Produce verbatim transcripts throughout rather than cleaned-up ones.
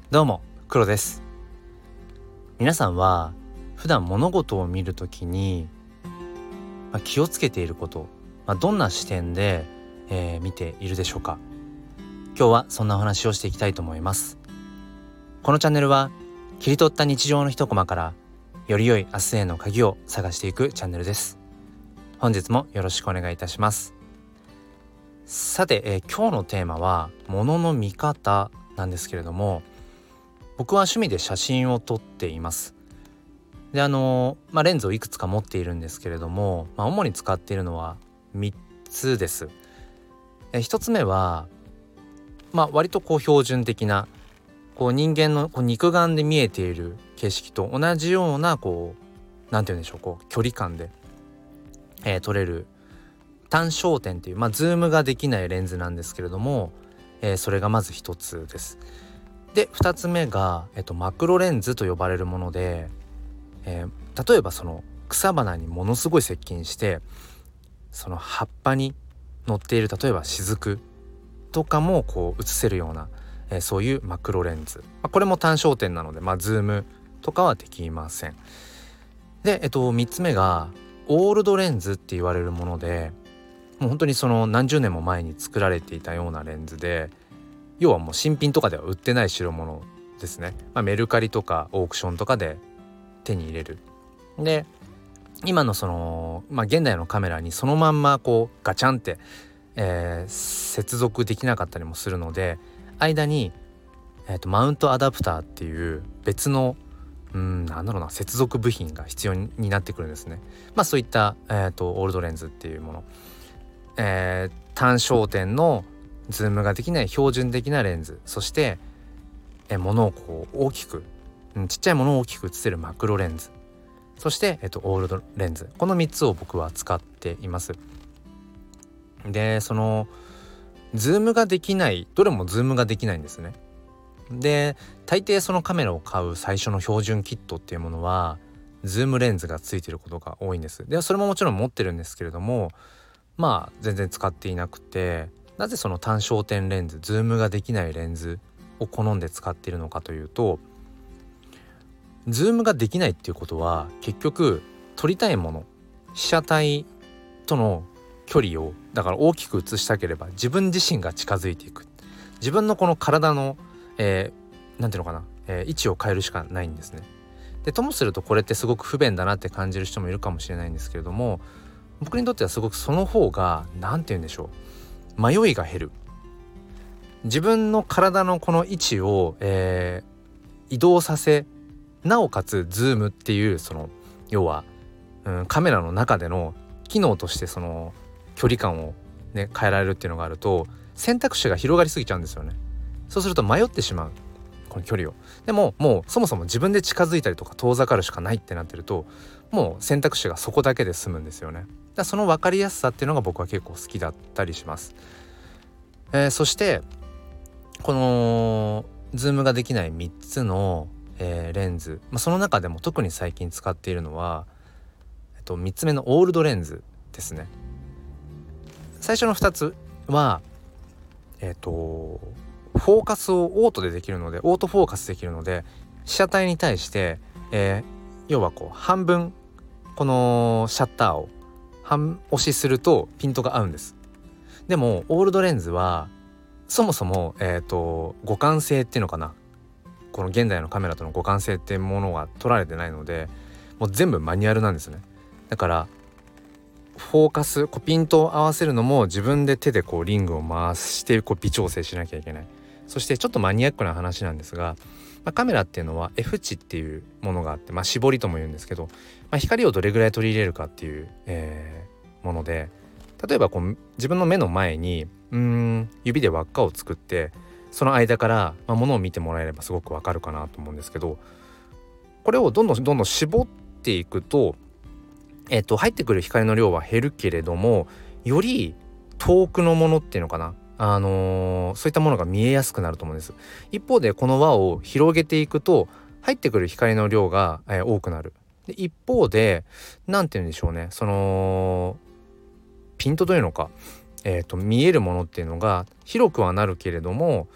どうも、黒です。皆さんは普段物事を見るときに、まあ、気をつけていること、まあ、どんな視点で、えー見ているでしょうか。今日はそんなお話をしていきたいと思います。このチャンネルは切り取った日常の一コマからより良い明日への鍵を探していくチャンネルです。本日もよろしくお願いいたします。さて、えー今日のテーマは物の見方なんですけれども、僕は趣味で写真を撮っています。であのーまあ、レンズをいくつか持っているんですけれども、まあ、主に使っているのはみっつです。えひとつめは、まあ、割とこう標準的なこう人間のこう肉眼で見えている景色と同じようなこうなんて言うんでしょう、こう距離感で、えー撮れる単焦点っていう、まあ、ズームができないレンズなんですけれども、えーそれがまずひとつです。でふたつめが、えっと、マクロレンズと呼ばれるもので、えー例えばその草花にものすごい接近してその葉っぱに乗っている例えば雫とかもこう映せるような、えーそういうマクロレンズ、まあ、これも単焦点なので、まあ、ズームとかはできません。で、えっと、みっつめがオールドレンズって言われるもので、もう本当にその何十年も前に作られていたようなレンズで、要はもう新品とかでは売ってない代物ですね。まあ、メルカリとかオークションとかで手に入れる。で今のその、まあ、現代のカメラにそのまんまこうガチャンって、えー接続できなかったりもするので、間に、えーと、マウントアダプターっていう別のうんなんだろうな接続部品が必要になってくるんですね。まあそういった、えーと、オールドレンズっていうもの、えー単焦点のズームができない標準的なレンズ、そして、えー、物をこう大きく、うん、ちっちゃいものを大きく映せるマクロレンズ、そして、えっと、オールドレンズ、このみっつを僕は使っています。でそのズームができないどれもズームができないんですね。で大抵そのカメラを買う最初の標準キットっていうものはズームレンズがついていることが多いんです。でそれももちろん持ってるんですけれども、まあ全然使っていなくて、なぜその単焦点レンズズームができないレンズを好んで使っているのかというと、ズームができないっていうことは結局撮りたいもの、被写体との距離をだから大きく映したければ自分自身が近づいていく、自分のこの体の、えー、なんていうのかな、えー位置を変えるしかないんですね。でともするとこれってすごく不便だなって感じる人もいるかもしれないんですけれども、僕にとってはすごくその方がなんて言うんでしょう、迷いが減る。自分の体のこの位置を、えー移動させ、なおかつズームっていうその要は、うん、カメラの中での機能としてその距離感を、ね、変えられるっていうのがあると選択肢が広がりすぎちゃうんですよね。そうすると迷ってしまう、この距離を。でももうそもそも自分で近づいたりとか遠ざかるしかないってなってると、もう選択肢がそこだけで済むんですよね。だからその分かりやすさっていうのが僕は結構好きだったりします。えーそしてこのズームができないみっつの、えーレンズ、まあ、その中でも特に最近使っているのは、えっと、みっつめのオールドレンズですね。最初のふたつはえっとフォーカスをオートでできるので、オートフォーカスできるので被写体に対して、えー要はこう半分このシャッターを半押しするとピントが合うんです。でもオールドレンズはそもそも、えーと互換性っていうのかな、この現代のカメラとの互換性っていうものが取られてないので、もう全部マニュアルなんですね。だからフォーカス、こうピントを合わせるのも自分で手でこうリングを回してこう微調整しなきゃいけない。そしてちょっとマニアックな話なんですが、まあ、カメラっていうのは F 値っていうものがあって、まあ、絞りとも言うんですけど、まあ、光をどれぐらい取り入れるかっていう、えーもので、例えばこう自分の目の前にうーん指で輪っかを作って、その間から、まあ、物を見てもらえればすごくわかるかなと思うんですけど、これをどんどんどんどん絞っていくと、えっと、入ってくる光の量は減るけれども、より遠くのものっていうのかな、あのーそういったものが見えやすくなると思うんです。一方でこの輪を広げていくと入ってくる光の量が、えー多くなる。で一方でなんて言うんでしょうね、そのピントというのか、えーと見えるものっていうのが広くはなるけれども、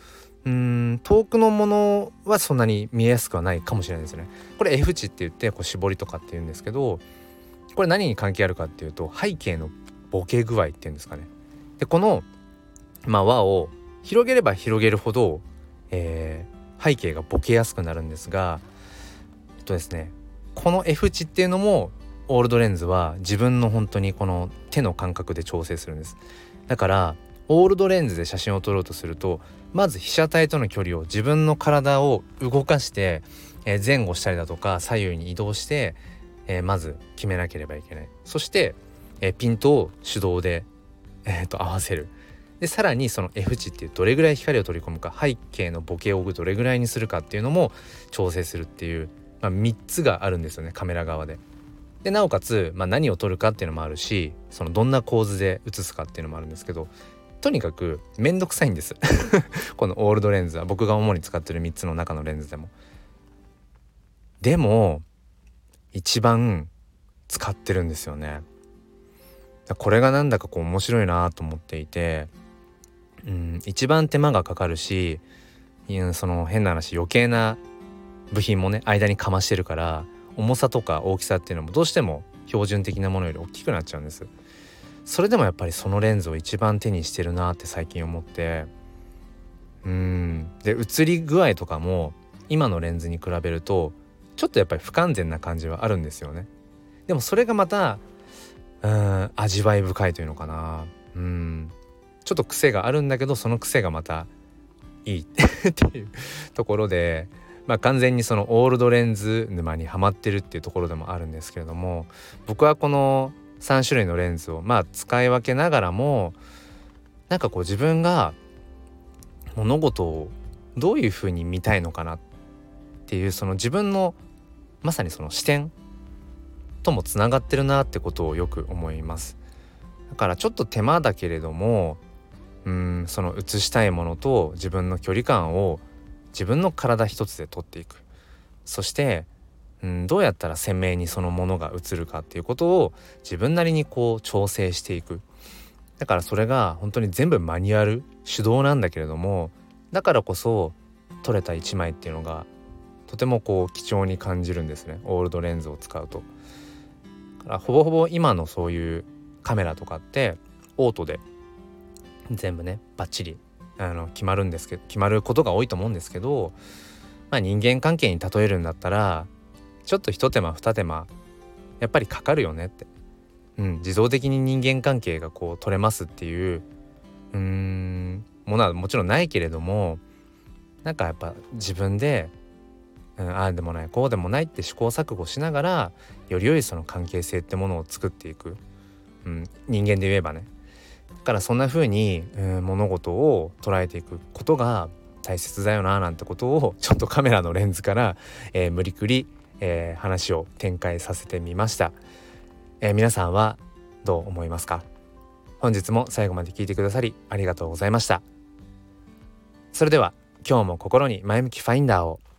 うーん遠くのものはそんなに見えやすくはないかもしれないですね。これ F 値って言ってこう絞りとかっていうんですけど、これ何に関係あるかっていうと背景のボケ具合っていうんですかね。でこの、まあ、輪を広げれば広げるほど、えー、背景がボケやすくなるんですが、えっとですねこの F 値っていうのもオールドレンズは自分の本当にこの手の感覚で調整するんです。だからオールドレンズで写真を撮ろうとすると、まず被写体との距離を自分の体を動かして、えー、前後したりだとか左右に移動して、えー、まず決めなければいけない。そして、えー、ピントを手動で、えー、と合わせる。でさらにその F 値っていうどれぐらい光を取り込むか、背景のボケをどれぐらいにするかっていうのも調整するっていう、まあ、みっつがあるんですよね、カメラ側で。でなおかつ、まあ、何を撮るかっていうのもあるし、そのどんな構図で写すかっていうのもあるんですけど、とにかくめんどくさいんですこのオールドレンズは。僕が主に使ってるみっつの中のレンズでもでも一番使ってるんですよね。これがなんだかこう面白いなと思っていて、うん一番手間がかかるし、その変な話余計な部品もね間にかましてるから、重さとか大きさっていうのもどうしても標準的なものより大きくなっちゃうんです。それでもやっぱりそのレンズを一番手にしてるなって最近思って、うーんで写り具合とかも今のレンズに比べるとちょっとやっぱり不完全な感じはあるんですよね。でもそれがまたうーん味わい深いというのかな。うんちょっと癖があるんだけど、その癖がまたいいっていうところで、まあ完全にそのオールドレンズ沼にはまってるっていうところでもあるんですけれども、僕はこのさん種類のレンズをまあ使い分けながらも、なんかこう自分が物事をどういう風に見たいのかなっていう、その自分のまさにその視点ともつながってるなってことをよく思います。だからちょっと手間だけれども、うーんその写したいものと自分の距離感を自分の体一つで撮っていく。そしてうん、どうやったら鮮明にそのものが映るかっていうことを自分なりにこう調整していく。だからそれが本当に全部マニュアル手動なんだけれども、だからこそ撮れた一枚っていうのがとてもこう貴重に感じるんですね、オールドレンズを使うと。だからほぼほぼ今のそういうカメラとかってオートで全部ねバッチリあの決まるんですけど決まることが多いと思うんですけど、まあ人間関係に例えるんだったらちょっと一手間二手間やっぱりかかるよねって、うん、自動的に人間関係がこう取れますっていううーんものはもちろんないけれども、なんかやっぱ自分で、うん、ああでもないこうでもないって試行錯誤しながらより良いその関係性ってものを作っていく、うん、人間で言えばね。だからそんな風に、うん、物事を捉えていくことが大切だよななんてことをちょっとカメラのレンズから、えー、無理くりえー、話を展開させてみました、えー、皆さんはどう思いますか？本日も最後まで聞いてくださりありがとうございました。それでは今日も心に前向きファインダーを。